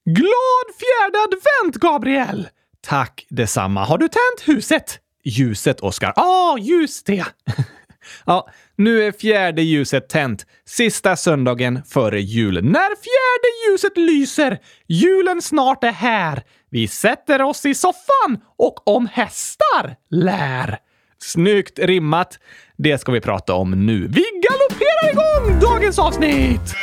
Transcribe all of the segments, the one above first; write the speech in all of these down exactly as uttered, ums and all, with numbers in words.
Glad fjärde advent, Gabriel! Tack detsamma. Har du tänt huset? Ljuset, Oskar. Ah, just det. Ja, nu är fjärde ljuset tänt. Sista söndagen före jul. När fjärde ljuset lyser. Julen snart är här. Vi sätter oss i soffan och om hästar lär. Snyggt rimmat. Det ska vi prata om nu. Vi galopperar igång dagens avsnitt!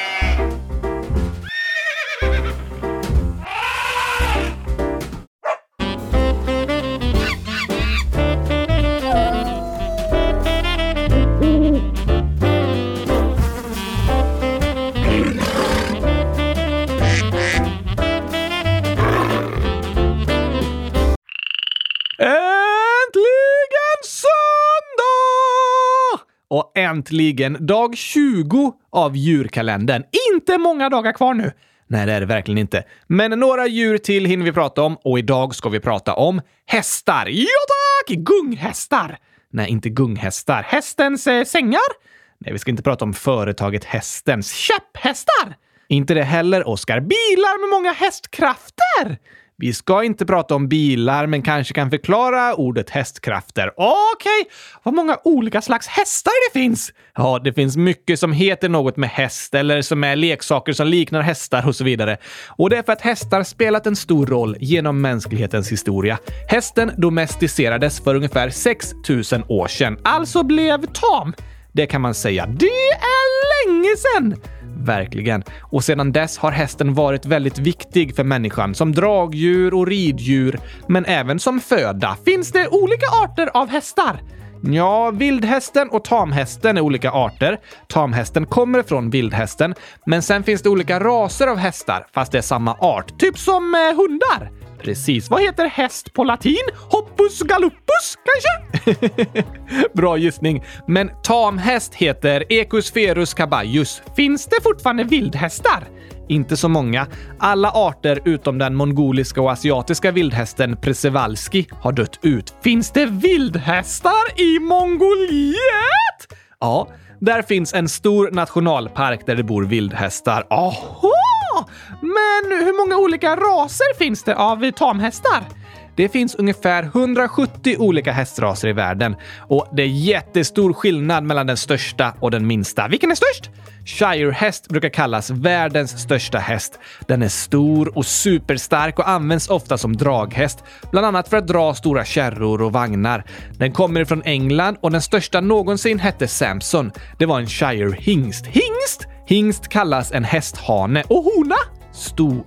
Och äntligen dag tjugo av djurkalendern. Inte många dagar kvar nu. Nej, det är det verkligen inte. Men några djur till hinner vi prata om. Och idag ska vi prata om hästar. Ja tack! Gunghästar. Nej, inte gunghästar. Hästens eh, sängar? Nej, vi ska inte prata om företaget Hästens käpphästar. Inte det heller, Oskar. Bilar med många hästkrafter. Vi ska inte prata om bilar, men kanske kan förklara ordet hästkrafter. Okej, okay. Vad många olika slags hästar det finns. Ja, det finns mycket som heter något med häst eller som är leksaker som liknar hästar och så vidare. Och det är för att hästar spelat en stor roll genom mänsklighetens historia. Hästen domesticerades för ungefär sex tusen år sedan, alltså blev tam. Det kan man säga. Det är länge sedan! Verkligen. Och sedan dess har hästen varit väldigt viktig för människan som dragdjur och riddjur, men även som föda. Finns det olika arter av hästar? Ja, vildhästen och tamhästen är olika arter. Tamhästen kommer från vildhästen, men sen finns det olika raser av hästar, fast det är samma art. Typ som eh, hundar. Precis. Vad heter häst på latin? Hoppus galoppus, kanske? Bra gissning. Men tamhäst heter Equus ferus caballus. Finns det fortfarande vildhästar? Inte så många. Alla arter utom den mongoliska och asiatiska vildhästen Przewalski har dött ut. Finns det vildhästar i Mongoliet? Ja, där finns en stor nationalpark där det bor vildhästar. Aha! Men hur många olika raser finns det av tamhästar? Det finns ungefär hundrasjuttio olika hästraser i världen. Och det är jättestor skillnad mellan den största och den minsta. Vilken är störst? Shirehäst brukar kallas världens största häst. Den är stor och superstark och används ofta som draghäst. Bland annat för att dra stora kärror och vagnar. Den kommer från England och den största någonsin hette Samson. Det var en Shire hingst. Hingst? Hingst kallas en hästhane. Och hona? Sto.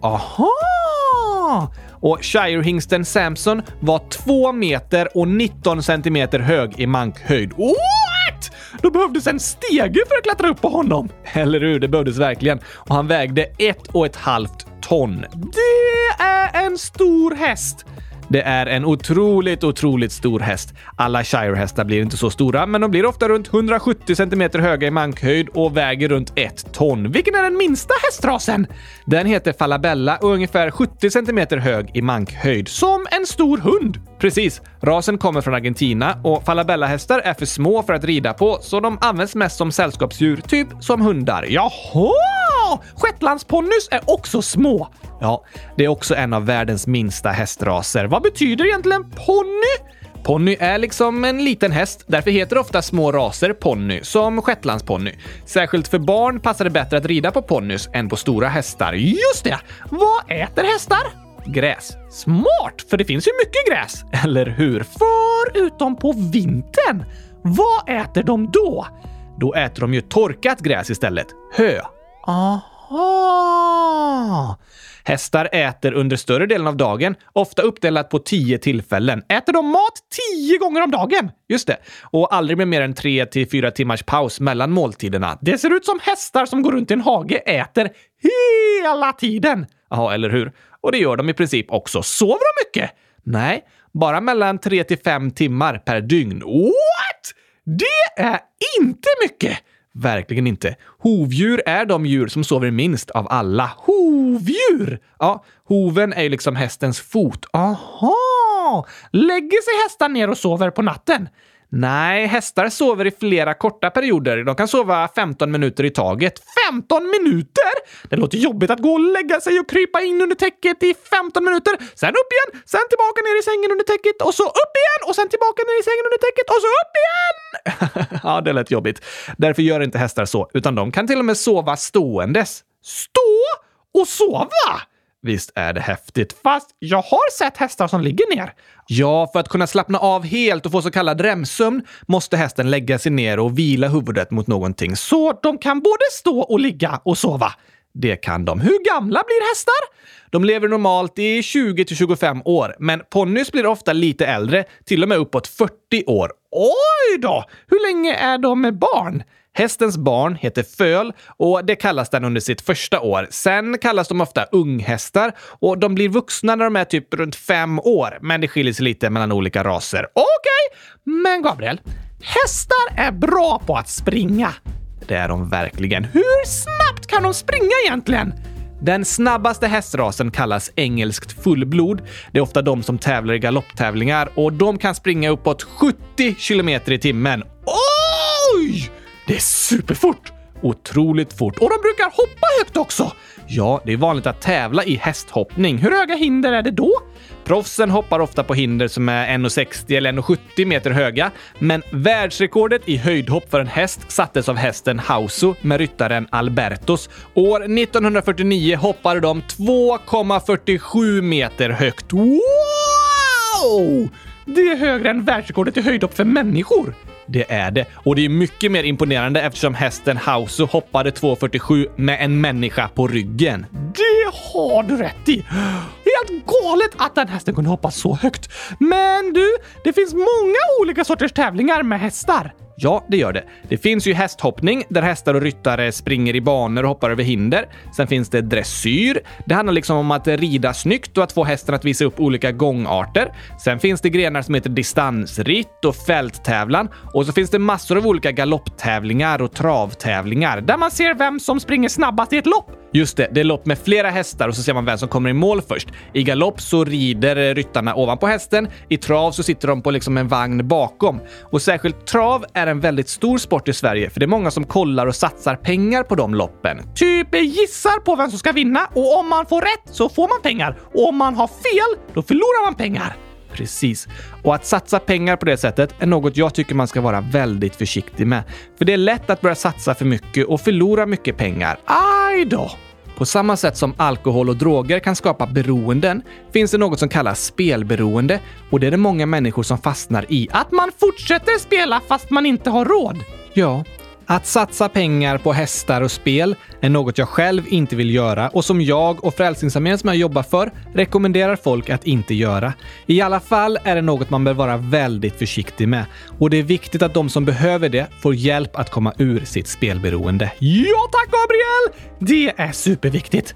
Aha! Och Shire-hingsten Samson var två meter och nitton centimeter hög i mankhöjd. What? Då behövdes en stege för att klättra upp på honom. Eller hur? Det behövdes verkligen. Och han vägde ett och ett halvt ton. Det är en stor häst. Det är en otroligt, otroligt stor häst. Alla Shire-hästar blir inte så stora, men de blir ofta runt hundrasjuttio centimeter höga i mankhöjd och väger runt ett ton. Vilken är den minsta hästrasen? Den heter Falabella och ungefär sjuttio centimeter hög i mankhöjd. Som en stor hund. Precis. Rasen kommer från Argentina och Falabella-hästar är för små för att rida på, så de används mest som sällskapsdjur, typ som hundar. Jaha! Shetlandsponnys är också små. Ja, det är också en av världens minsta hästraser. Vad betyder egentligen ponny? Ponny är liksom en liten häst, därför heter ofta små raser ponny, som shetlandsponny. Särskilt för barn passar det bättre att rida på ponnys än på stora hästar. Just det! Vad äter hästar? Gräs. Smart, för det finns ju mycket gräs. Eller hur? Förutom på vintern. Vad äter de då? Då äter de ju torkat gräs istället. Hö. Aha! Hästar äter under större delen av dagen, ofta uppdelat på tio tillfällen. Äter de mat tio gånger om dagen? Just det. Och aldrig med mer än tre till fyra timmars paus mellan måltiderna. Det ser ut som hästar som går runt i en hage äter hela tiden. Ja, eller hur? Och det gör de i princip också. Sover de mycket? Nej, bara mellan tre till fem timmar per dygn. What? Det är inte mycket! Verkligen inte. Hovdjur är de djur som sover minst av alla. Hovdjur! Ja, hoven är ju liksom hästens fot. Aha! Lägger sig hästar ner och sover på natten? Nej, hästar sover i flera korta perioder. De kan sova femton minuter i taget. femton minuter? Det låter jobbigt att gå och lägga sig och krypa in under täcket i femton minuter. Sen upp igen, sen tillbaka ner i sängen under täcket och så upp igen och sen tillbaka ner i sängen under täcket och så upp igen! Ja, det lät jobbigt. Därför gör inte hästar så, utan de kan till och med sova ståendes. Stå och sova? Visst är det häftigt, fast jag har sett hästar som ligger ner. Ja, för att kunna slappna av helt och få så kallad remsömn måste hästen lägga sig ner och vila huvudet mot någonting. Så de kan både stå och ligga och sova. Det kan de. Hur gamla blir hästar? De lever normalt i tjugo till tjugofem år, men ponnys blir ofta lite äldre, till och med uppåt fyrtio år. Oj då! Hur länge är de med barn? Hästens barn heter föl och det kallas den under sitt första år. Sen kallas de ofta unghästar och de blir vuxna när de är typ runt fem år. Men det skiljer sig lite mellan olika raser. Okej, okay. Men Gabriel, hästar är bra på att springa. Det är de verkligen. Hur snabbt kan de springa egentligen? Den snabbaste hästrasen kallas engelskt fullblod. Det är ofta de som tävlar i galopptävlingar och de kan springa uppåt sjuttio kilometer i timmen. Oj! Det är superfort! Otroligt fort. Och de brukar hoppa högt också. Ja, det är vanligt att tävla i hästhoppning. Hur höga hinder är det då? Proffsen hoppar ofta på hinder som är en komma sextio eller en komma sjuttio meter höga. Men världsrekordet i höjdhopp för en häst sattes av hästen Hausu med ryttaren Albertos. År nittonhundrafyrtionio hoppade de två komma fyrtiosju meter högt. Wow! Det är högre än världsrekordet i höjdhopp för människor. Det är det. Och det är mycket mer imponerande eftersom hästen Hausu hoppade två komma fyrtiosju med en människa på ryggen. Det har du rätt i. Helt galet att den hästen kunde hoppa så högt. Men du, det finns många olika sorters tävlingar med hästar. Ja, det gör det. Det finns ju hästhoppning där hästar och ryttare springer i banor och hoppar över hinder. Sen finns det dressyr. Det handlar liksom om att rida snyggt och att få hästen att visa upp olika gångarter. Sen finns det grenar som heter distansritt och fälttävlan. Och så finns det massor av olika galopptävlingar och travtävlingar där man ser vem som springer snabbast i ett lopp. Just det, det är lopp med flera hästar och så ser man vem som kommer i mål först. I galopp så rider ryttarna ovanpå hästen. I trav så sitter de på liksom en vagn bakom. Och särskilt trav är en väldigt stor sport i Sverige för det är många som kollar och satsar pengar på de loppen. Typ gissar på vem som ska vinna och om man får rätt så får man pengar. Och om man har fel, då förlorar man pengar. Precis. Och att satsa pengar på det sättet är något jag tycker man ska vara väldigt försiktig med. För det är lätt att börja satsa för mycket och förlora mycket pengar. Aj då! På samma sätt som alkohol och droger kan skapa beroenden finns det något som kallas spelberoende och det är det många människor som fastnar i. Att man fortsätter spela fast man inte har råd. Ja, att satsa pengar på hästar och spel är något jag själv inte vill göra och som jag och Frälsningsarmén som jag jobbar för rekommenderar folk att inte göra. I alla fall är det något man bör vara väldigt försiktig med och det är viktigt att de som behöver det får hjälp att komma ur sitt spelberoende. Ja tack Gabriel! Det är superviktigt.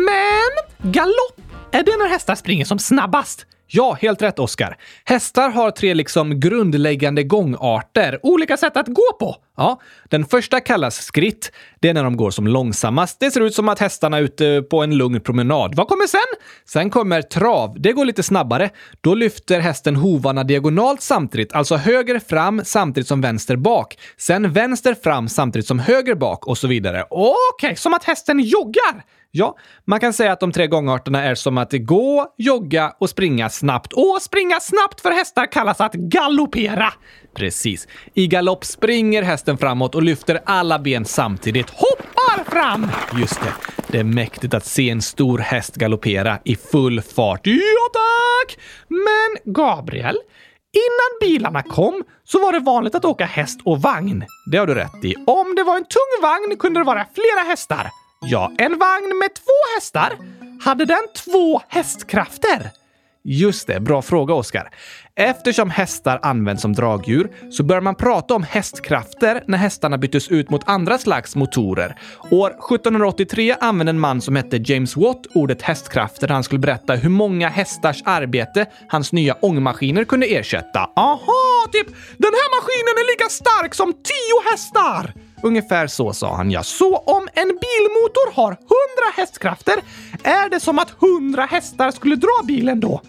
Men galopp, är det när hästar springer som snabbast? Ja, helt rätt Oskar. Hästar har tre liksom grundläggande gångarter, olika sätt att gå på. Ja, den första kallas skritt. Det är när de går som långsammast. Det ser ut som att hästarna är ute på en lugn promenad. Vad kommer sen? Sen kommer trav. Det går lite snabbare. Då lyfter hästen hovarna diagonalt samtidigt, alltså höger fram samtidigt som vänster bak. Sen vänster fram samtidigt som höger bak och så vidare. Okej, okay, som att hästen joggar. Ja, man kan säga att de tre gångarterna är som att gå, jogga och springa snabbt. Och springa snabbt för hästar kallas att galoppera. Precis. I galopp springer hästen framåt och lyfter alla ben samtidigt. Hoppar fram! Just det. Det är mäktigt att se en stor häst galoppera i full fart. Ja tack! Men Gabriel, innan bilarna kom så var det vanligt att åka häst och vagn. Det har du rätt i. Om det var en tung vagn kunde det vara flera hästar. Ja, en vagn med två hästar. Hade den två hästkrafter? Just det, bra fråga Oskar. Eftersom hästar används som dragdjur så börjar man prata om hästkrafter när hästarna byttes ut mot andra slags motorer. År sjuttonhundraåttiotre använde en man som hette James Watt ordet hästkrafter när han skulle berätta hur många hästars arbete hans nya ångmaskiner kunde ersätta. Aha, typ den här maskinen är lika stark som tio hästar! Ungefär så sa han, ja. Så om en bilmotor har hundra hästkrafter är det som att hundra hästar skulle dra bilen då?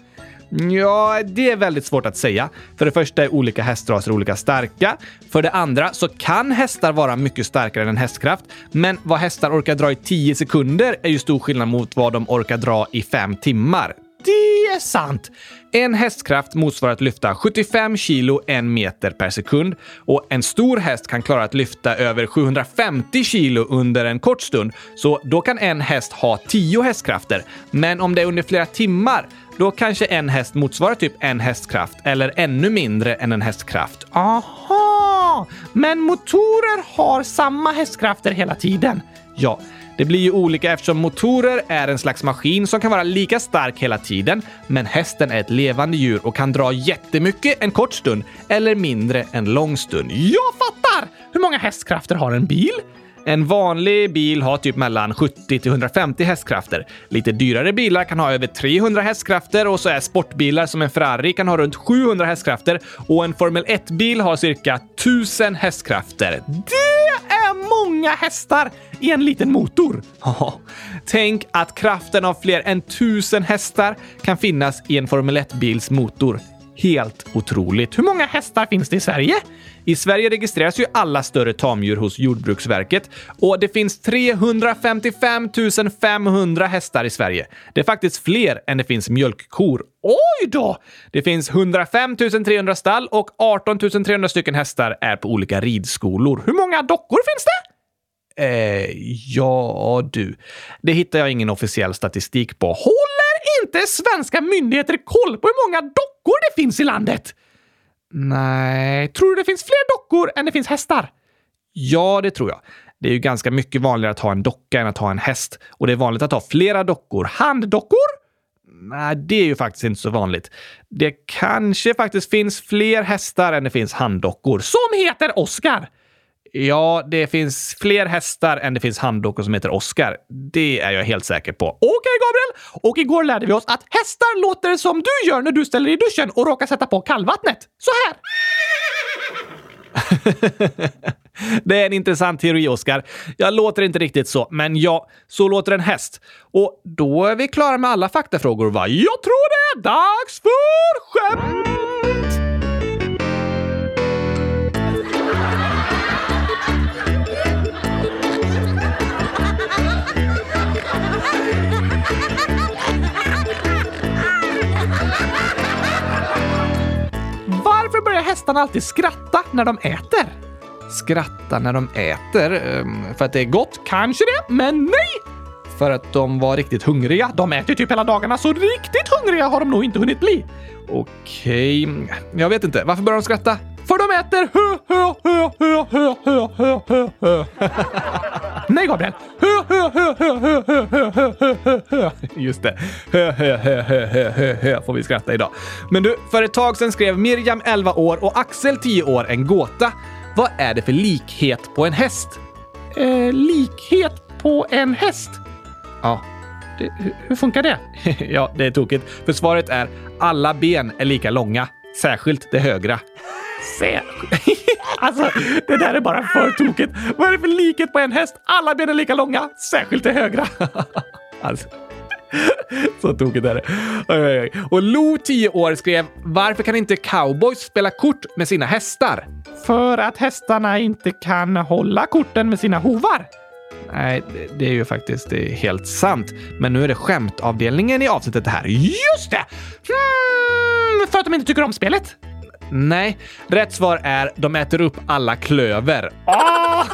Ja, det är väldigt svårt att säga. För det första är olika hästraser olika starka. För det andra så kan hästar vara mycket starkare än hästkraft. Men vad hästar orkar dra i tio sekunder är ju stor skillnad mot vad de orkar dra i fem timmar. Det är sant! En hästkraft motsvarar att lyfta sjuttiofem kilo en meter per sekund. Och en stor häst kan klara att lyfta över sjuhundrafemtio kilo under en kort stund. Så då kan en häst ha tio hästkrafter. Men om det är under flera timmar, då kanske en häst motsvarar typ en hästkraft. Eller ännu mindre än en hästkraft. Aha! Men motorer har samma hästkrafter hela tiden. Ja. Det blir ju olika eftersom motorer är en slags maskin som kan vara lika stark hela tiden, men hästen är ett levande djur och kan dra jättemycket en kort stund eller mindre en lång stund. Jag fattar! Hur många hästkrafter har en bil? En vanlig bil har typ mellan sjuttio till hundrafemtio hästkrafter. Lite dyrare bilar kan ha över trehundra hästkrafter och så är sportbilar som en Ferrari kan ha runt sjuhundra hästkrafter och en Formel ett-bil har cirka tusen hästkrafter. Det är många hästar i en liten motor. Tänk att kraften av fler än tusen hästar kan finnas i en Formel ett-bils motor. Helt otroligt. Hur många hästar finns det i Sverige? I Sverige registreras ju alla större tamdjur hos Jordbruksverket och det finns trehundrafemtiofem tusen femhundra hästar i Sverige. Det är faktiskt fler än det finns mjölkkor. Oj då! Det finns hundrafem tusen trehundra stall och arton tusen trehundra stycken hästar är på olika ridskolor. Hur många dockor finns det? Eh, ja du. Det hittar jag ingen officiell statistik på. Håller inte svenska myndigheter koll på hur många dockor det finns i landet? Nej, tror du det finns fler dockor än det finns hästar? Ja, det tror jag. Det är ju ganska mycket vanligare att ha en docka än att ha en häst. Och det är vanligt att ha flera dockor. Handdockor? Nej, det är ju faktiskt inte så vanligt. Det kanske faktiskt finns fler hästar än det finns handdockor. Som heter Oscar! Ja, det finns fler hästar än det finns handdockor som heter Oscar. Det är jag helt säker på. Okej, okay, Gabriel! Och igår lärde vi oss att hästar låter som du gör när du ställer i duschen och råkar sätta på kallvattnet. Så här! Det är en intressant teori, Oscar. Jag låter inte riktigt så, men ja, så låter en häst. Och då är vi klara med alla faktafrågor, va? Jag tror det är dags för skämt! Varför börjar hästarna alltid skratta när de äter? Skratta när de äter? För att det är gott? Kanske det, men nej! För att de var riktigt hungriga. De äter typ hela dagarna, så riktigt hungriga har de nog inte hunnit bli. Okej, jag vet inte. Varför börjar de skratta? För de äter hö, hö, hö, hö, hö, hö, hö, hö, hö. Nej, Gabriel. Hö, hö, hö, hö, hö, hö, hö, hö, hö, hö. Just det. Hö, hö, hö, hö, hö, hö, hö, får vi skratta idag. Men du, för ett tag sedan skrev Miriam elva år och Axel tio år en gåta. Vad är det för likhet på en häst? Eh, likhet på en häst? Ja. Det, hur, hur funkar det? Ja, det är tokigt. För svaret är alla ben är lika långa. Särskilt det högra. Särskilt. Alltså, det där är bara för tokigt. Vad är det för likhet på en häst? Alla ben är lika långa. Särskilt det högra. Alltså. Så tokigt är det. Oj, oj, oj. Och Lo, tio år, skrev: varför kan inte cowboys spela kort med sina hästar? För att hästarna inte kan hålla korten med sina hovar. Nej, det är ju faktiskt det är helt sant. Men nu är det skämtavdelningen i avsnittet här. Just det! Hmm, för att de inte tycker om spelet? Nej, rätt svar är de äter upp alla klöver. Oh!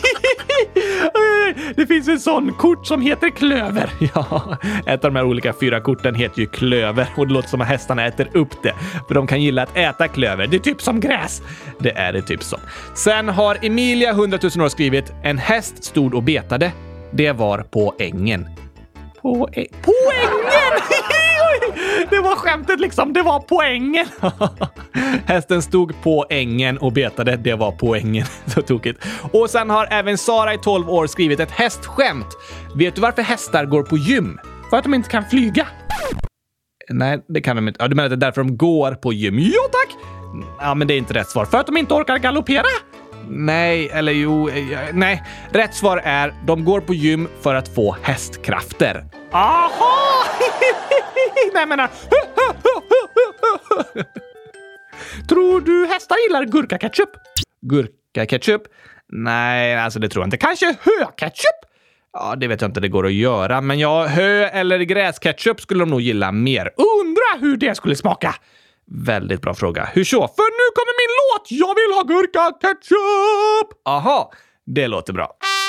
Det finns en sån kort som heter klöver. Ja, ett av de här olika fyra korten heter ju klöver. Och det låter som att hästarna äter upp det. För de kan gilla att äta klöver. Det är typ som gräs. Det är det typ som. Sen har Emilia, hundratusen år, skrivit: en häst stod och betade. Det var på ängen. På, ä- på ängen! Det var skämtet liksom, det var poängen. Hästen stod på ängen och betade, det var poängen. Så tokigt. Och sen har även Sara i tolv år skrivit ett hästskämt. Vet du varför hästar går på gym? För att de inte kan flyga. Nej, det kan de inte. Ja, du menar att det är därför de går på gym? Ja, tack! Ja, men det är inte rätt svar. För att de inte orkar galoppera? Nej, eller jo, nej. Rätt svar är de går på gym för att få hästkrafter. Aha! Nej, menar Tror du hästar gillar gurkaketchup? Gurkaketchup? Nej, alltså det tror jag inte. Kanske höketchup? Ja, det vet jag inte det går att göra. Men ja, hö- eller gräsketchup skulle de nog gilla mer. Undra hur det skulle smaka. Väldigt bra fråga. Hur så? För nu kommer min låt! Jag vill ha gurkaketchup! Aha, det låter bra.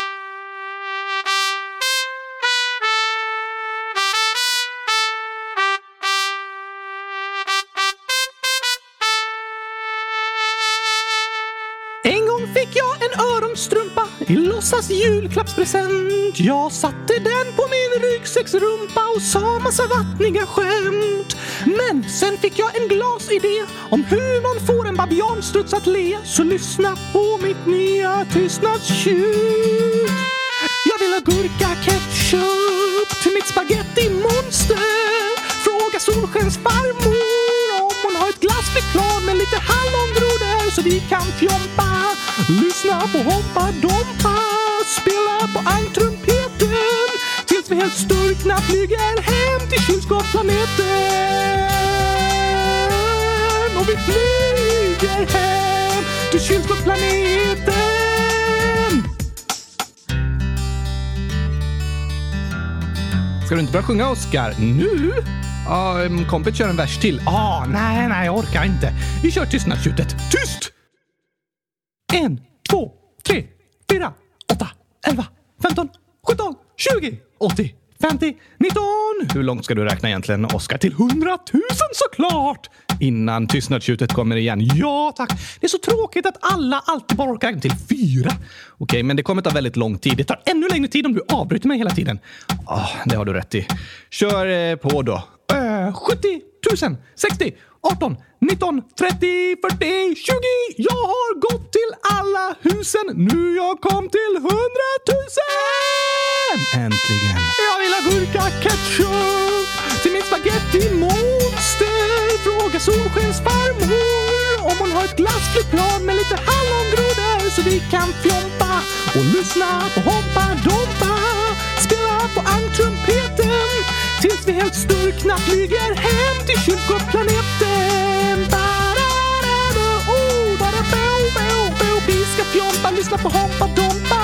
En gång fick jag en öronstrumpa i låtsas julklappspresent. Jag satte den på min ryggsäcksrumpa och sa massa vattniga skämt. Men sen fick jag en glasidé om hur man får en babianstruts att le. Så lyssna på mitt nya tystnadstjut. Jag vill ha gurkaketchup till mitt spaghetti-monster. Fråga Solskens farmor om hon har ett glassflygplan med lite hallongrodor så vi kan fjompa. Lyssna på Hoppa Dompa, spela på ankrumpeten tills vi helt störkna flyger hem till kylskåpsplaneten. Och vi flyger hem till kylskåpsplaneten. Ska du inte börja sjunga, Oscar? Nu? Ja, um, kompet kör en vers till. Ah, nej, nej, jag orkar inte. Vi kör tystnadstjutet. Tyst! En, två, tre, fyra, åtta, elva, femton, sjutton, tjugo, åttio, femtio, nitton. Hur långt ska du räkna egentligen, Oscar? Till hundratusen såklart! Innan tystnadstjutet kommer igen. Ja, tack. Det är så tråkigt att alla alltid bara orkar räkna till fyra. Okej, men det kommer ta väldigt lång tid. Det tar ännu längre tid om du avbryter mig hela tiden. Ah, det har du rätt i. Kör eh, på då. Uh, sjuttio tusen, sextio, arton, nitton, trettio, fyrtio, tjugo. Jag har gått till alla husen. Nu jag kom till hundratusen. Äntligen. Jag vill ha gurkaketchup till min spaghetti-monster. Fråga Solskens farmor om hon har ett glassflygplan med lite hallongrodor så vi kan fjompa. Och lyssna på Hoppa Dompa, spela på ankrumpeten tills vi helt störkna flyger hem till kylskåpsplaneten. Oh, bara bo, bo, bo. Vi ska fjompa, lyssna på Hoppa Dompa.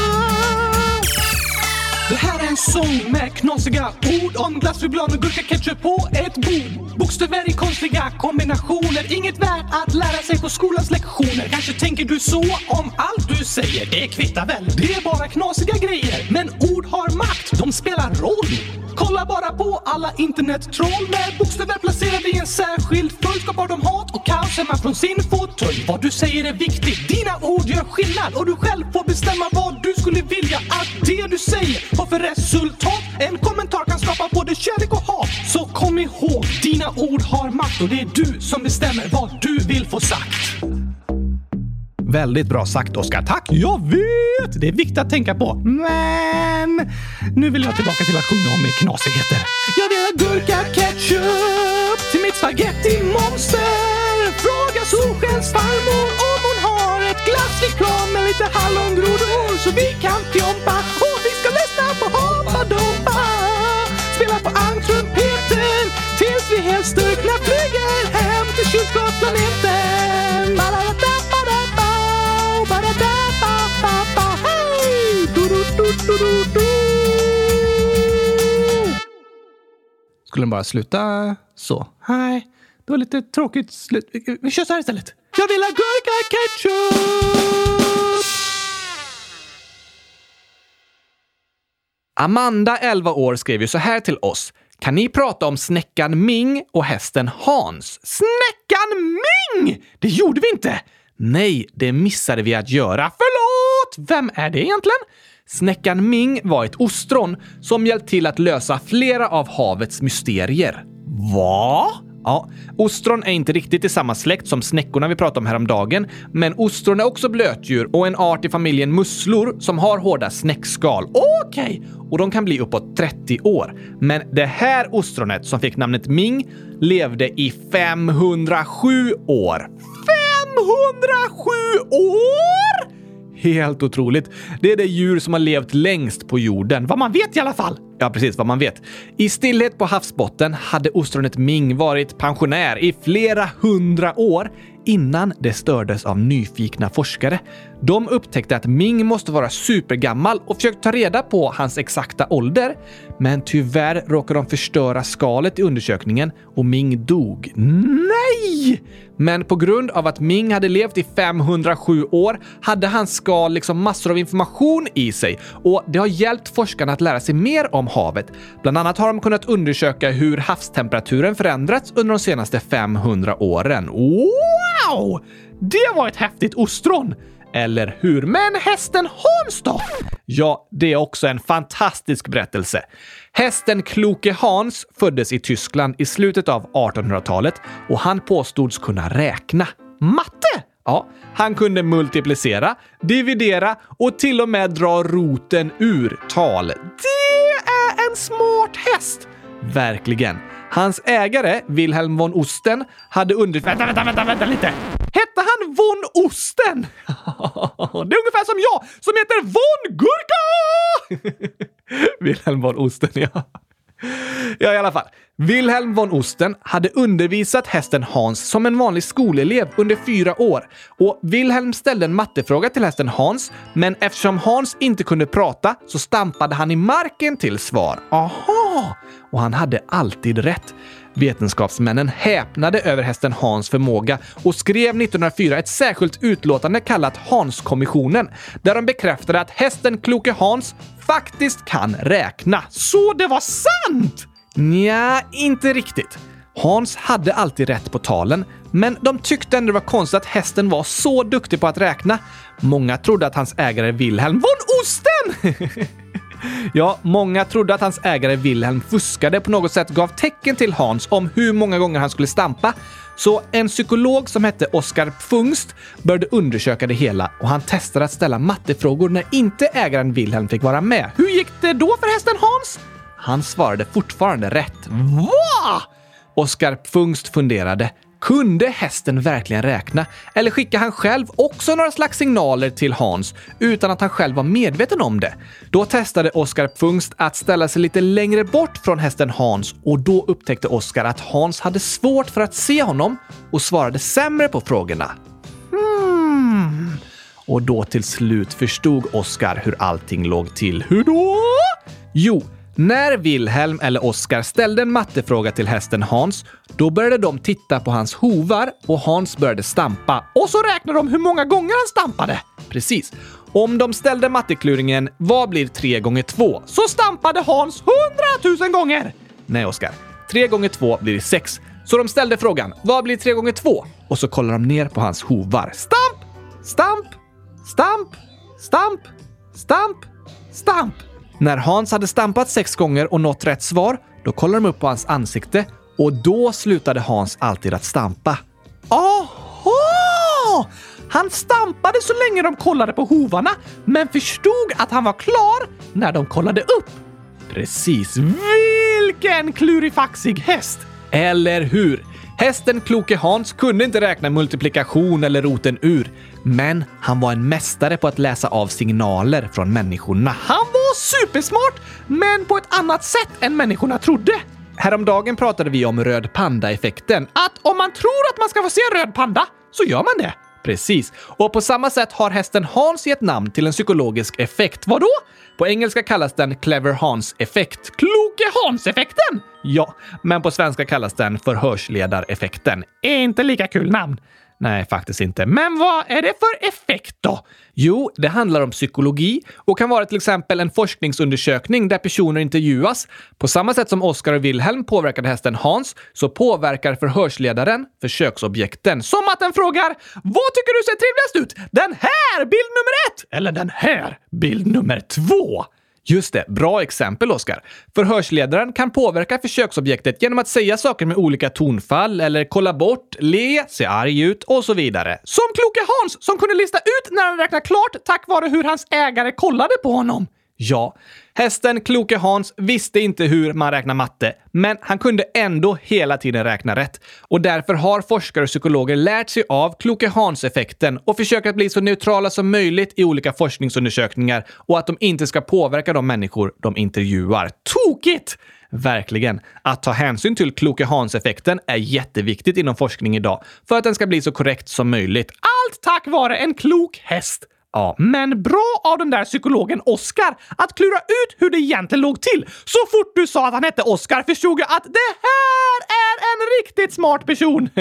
Det här är en sång med knasiga ord om glassflygplan och gurkaketchup på ett bord. Bokstäver i konstiga kombinationer, inget värt att lära sig på skolans lektioner. Kanske tänker du så om allt du säger, det kvittar väl, det är bara knasiga grejer. Men ord har makt, de spelar roll. Kolla bara på alla internettroll med bokstäver placerade i en särskild följd. Skapar de hat och kaos hemma från sin fåtölj. Vad du säger är viktigt, dina ord gör skillnad och du själv får bestämma vad du skulle vilja att det du säger har för resultat. En kommentar kan skapa både kärlek och hat. Så kom ihåg, dina ord har makt och det är du som bestämmer vad du vill få sagt. Väldigt bra sagt, Oscar. Tack, jag vet! Det är viktigt att tänka på. Men nu vill jag tillbaka till att sjunga om knasigheter. Jag vill ha gurkaketchup till mitt spaghetti-monster. Fråga Solskens farmor om hon har ett glassflygplan med lite hallongrodor så vi kan fjompa. Och vi ska lyssna på Hoppa Dompa, spela på ankrumpeten tills vi helt störkna flyger hem till kylskåpsplaneten. Skulle den bara sluta så? Nej, det var lite tråkigt slut. Vi kör så här istället. Jag vill ha gurkaketchup! Amanda, elva år, skrev ju så här till oss. Kan ni prata om snäckan Ming och hästen Hans? Snäckan Ming! Det gjorde vi inte! Nej, det missade vi att göra. Förlåt! Vem är det egentligen? Snäckan Ming var ett ostron som hjälpt till att lösa flera av havets mysterier. Va? Ja, ostron är inte riktigt i samma släkt som snäckorna vi pratade om häromdagen, men ostron är också blötdjur och en art i familjen musslor som har hårda snäckskal. Okej! Okay. Och de kan bli uppåt trettio år. Men det här ostronet som fick namnet Ming levde i femhundrasju år. femhundrasju år? Helt otroligt. Det är det djur som har levt längst på jorden. Vad man vet i alla fall. Ja, precis vad man vet. I stillhet på havsbotten hade ostronet Ming varit pensionär i flera hundra år innan det stördes av nyfikna forskare. De upptäckte att Ming måste vara supergammal och försökte ta reda på hans exakta ålder. Men tyvärr råkade de förstöra skalet i undersökningen och Ming dog. Nej! Men på grund av att Ming hade levt i femhundrasju år hade hans skal liksom massor av information i sig och det har hjälpt forskarna att lära sig mer om havet. Bland annat har de kunnat undersöka hur havstemperaturen förändrats under de senaste femhundra åren. Wow! Det var ett häftigt ostron! Eller hur? Men hästen Hans då? Ja, det är också en fantastisk berättelse. Hästen Kloke Hans föddes i Tyskland i slutet av artonhundratalet och han påstods kunna räkna. Matte? Ja, han kunde multiplicera, dividera och till och med dra roten ur tal. Det är en smart häst! Verkligen. Hans ägare, Wilhelm von Osten, hade under... Vänta, vänta, vänta, vänta lite! Hette han von Osten? Det är ungefär som jag, som heter von Gurka! Wilhelm von Osten, ja. Ja, i alla fall. Wilhelm von Osten hade undervisat hästen Hans som en vanlig skolelev under fyra år. Och Wilhelm ställde en mattefråga till hästen Hans, men eftersom Hans inte kunde prata så stampade han i marken till svar. Aha! Och han hade alltid rätt. Vetenskapsmännen häpnade över hästen Hans förmåga och skrev nittonhundrafyra ett särskilt utlåtande kallat Hans-kommissionen, där de bekräftade att hästen Kloke Hans faktiskt kan räkna. Så det var sant! Nja, inte riktigt. Hans hade alltid rätt på talen, men de tyckte ändå det var konstigt att hästen var så duktig på att räkna. Många trodde att hans ägare Wilhelm von Osten! Ja, många trodde att hans ägare Wilhelm fuskade på något sätt, gav tecken till Hans om hur många gånger han skulle stampa. Så en psykolog som hette Oskar Pfungst började undersöka det hela och han testade att ställa mattefrågor när inte ägaren Wilhelm fick vara med. Hur gick det då för hästen Hans? Han svarade fortfarande rätt. Va? Oskar Pfungst funderade. Kunde hästen verkligen räkna? Eller skickade han själv också några slags signaler till Hans utan att han själv var medveten om det? Då testade Oskar Pfungst att ställa sig lite längre bort från hästen Hans och då upptäckte Oskar att Hans hade svårt för att se honom och svarade sämre på frågorna. Hmm. Och då till slut förstod Oskar hur allting låg till. Hur då? Jo, när Wilhelm eller Oskar ställde en mattefråga till hästen Hans, då började de titta på hans hovar och Hans började stampa. Och så räknade de hur många gånger han stampade. Precis. Om de ställde mattekluringen, vad blir tre gånger två? Så stampade Hans hundratusen gånger! Nej, Oskar. Tre gånger två blir sex. Så de ställde frågan, vad blir tre gånger två? Och så kollar de ner på hans hovar. Stamp! Stamp! Stamp! Stamp! Stamp! Stamp! När Hans hade stampat sex gånger och nått rätt svar, då kollade de upp på hans ansikte och då slutade Hans alltid att stampa. Aha! Han stampade så länge de kollade på hovarna, men förstod att han var klar när de kollade upp. Precis, vilken klurifaxig häst! Eller hur? Hästen Kloke Hans kunde inte räkna multiplikation eller roten ur, men han var en mästare på att läsa av signaler från människorna. Han var supersmart, men på ett annat sätt än människorna trodde. Häromdagen pratade vi om röd panda-effekten. Att om man tror att man ska få se en röd panda, så gör man det. Precis. Och på samma sätt har hästen Hans gett namn till en psykologisk effekt. Vadå? På engelska kallas den Clever Hans-effekt. Kloke Hans-effekten? Ja, men på svenska kallas den förhörsledareffekten. Är inte lika kul namn. Nej, faktiskt inte. Men vad är det för effekt då? Jo, det handlar om psykologi och kan vara till exempel en forskningsundersökning där personer intervjuas. På samma sätt som Oskar och Wilhelm påverkade hästen Hans så påverkar förhörsledaren försöksobjekten. Som att den frågar, vad tycker du ser trevligast ut? Den här, bild nummer ett! Eller den här, bild nummer två? Just det, bra exempel, Oskar. Förhörsledaren kan påverka försöksobjektet genom att säga saker med olika tonfall eller kolla bort, le, se arg ut och så vidare. Som Kloke Hans som kunde lista ut när han räknade klart tack vare hur hans ägare kollade på honom. Ja, Hästen Kloke Hans visste inte hur man räknar matte, men han kunde ändå hela tiden räkna rätt. Och därför har forskare och psykologer lärt sig av Kloke Hans-effekten och försöker att bli så neutrala som möjligt i olika forskningsundersökningar och att de inte ska påverka de människor de intervjuar. Tokigt! Verkligen. Att ta hänsyn till Kloke Hans-effekten är jätteviktigt inom forskning idag för att den ska bli så korrekt som möjligt. Allt tack vare en klok häst. Ja, men bra av den där psykologen Oscar att klura ut hur det egentligen låg till. Så fort du sa att han hette Oscar förstod jag att det här är en riktigt smart person.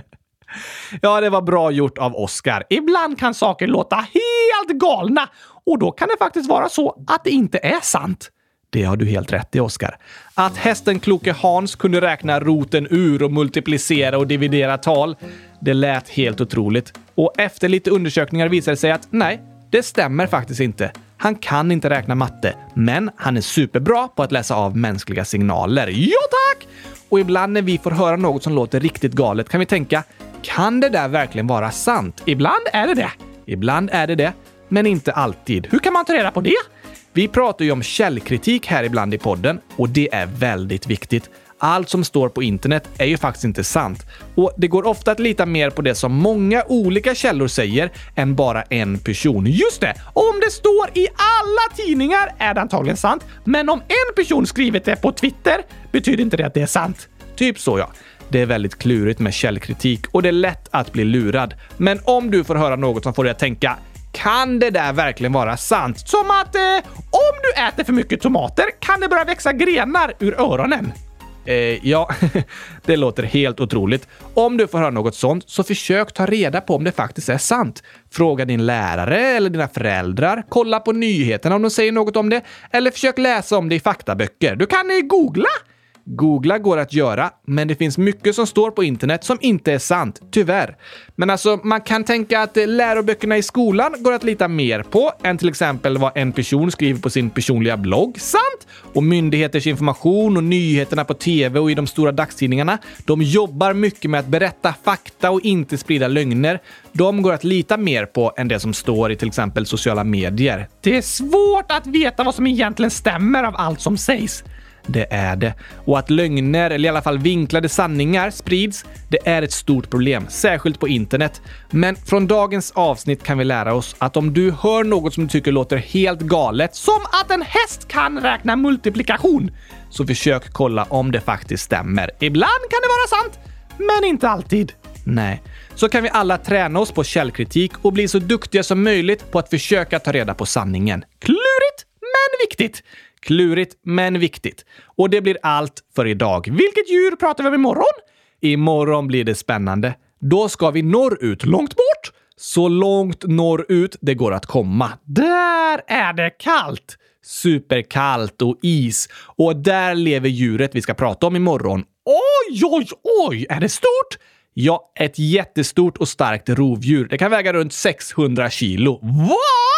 Ja, det var bra gjort av Oscar. Ibland kan saker låta helt galna och då kan det faktiskt vara så att det inte är sant. Det har du helt rätt i, Oscar. Att hästen Kloke Hans kunde räkna roten ur och multiplicera och dividera tal, det lät helt otroligt. Och efter lite undersökningar visade det sig att nej, det stämmer faktiskt inte. Han kan inte räkna matte, men han är superbra på att läsa av mänskliga signaler. Ja, tack! Och ibland när vi får höra något som låter riktigt galet kan vi tänka, kan det där verkligen vara sant? Ibland är det det. Ibland är det det, men inte alltid. Hur kan man ta reda på det? Vi pratar ju om källkritik här ibland i podden och det är väldigt viktigt. Allt som står på internet är ju faktiskt inte sant. Och det går ofta att lita mer på det som många olika källor säger än bara en person. Just det! Om det står i alla tidningar är det antagligen sant. Men om en person skrivit det på Twitter betyder inte det att det är sant. Typ så, ja. Det är väldigt klurigt med källkritik och det är lätt att bli lurad. Men om du får höra något som får dig att tänka, kan det där verkligen vara sant? Som att eh, om du äter för mycket tomater kan det börja växa grenar ur öronen. Eh, ja, det låter helt otroligt. Om du får höra något sånt så försök ta reda på om det faktiskt är sant. Fråga din lärare eller dina föräldrar. Kolla på nyheterna om de säger något om det. Eller försök läsa om det i faktaböcker. Du kan eh, googla. Googla går att göra, men det finns mycket som står på internet som inte är sant, tyvärr. Men alltså, man kan tänka att läroböckerna i skolan går att lita mer på än till exempel vad en person skriver på sin personliga blogg, sant? Och myndigheters information och nyheterna på tv och i de stora dagstidningarna, de jobbar mycket med att berätta fakta och inte sprida lögner. De går att lita mer på än det som står i till exempel sociala medier. Det är svårt att veta vad som egentligen stämmer av allt som sägs. Det är det. Och att lögner, eller i alla fall vinklade sanningar, sprids, det är ett stort problem, särskilt på internet. Men från dagens avsnitt kan vi lära oss att om du hör något som du tycker låter helt galet, som att en häst kan räkna multiplikation, så försök kolla om det faktiskt stämmer. Ibland kan det vara sant, men inte alltid. Nej. Så kan vi alla träna oss på källkritik och bli så duktiga som möjligt på att försöka ta reda på sanningen. Klurigt, men viktigt. Klurigt, men viktigt. Och det blir allt för idag. Vilket djur pratar vi om imorgon? Imorgon blir det spännande. Då ska vi norrut, långt bort. Så långt norrut det går att komma. Där är det kallt. Superkallt och is. Och där lever djuret vi ska prata om imorgon. Oj, oj, oj! Är det stort? Ja, ett jättestort och starkt rovdjur. Det kan väga runt sexhundra kilo. Va?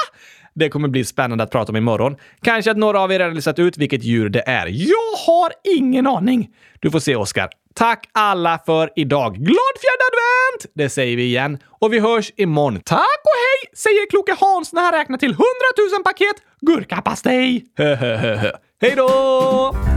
Det kommer bli spännande att prata om imorgon. Kanske att några av er redan listat ut vilket djur det är. Jag har ingen aning. Du får se, Oscar. Tack alla för idag. Glad fjärde advent! Det säger vi igen. Och vi hörs imorgon. Tack och hej, säger Kloke Hans när han räknar till hundratusen paket gurkapastej. Hej då!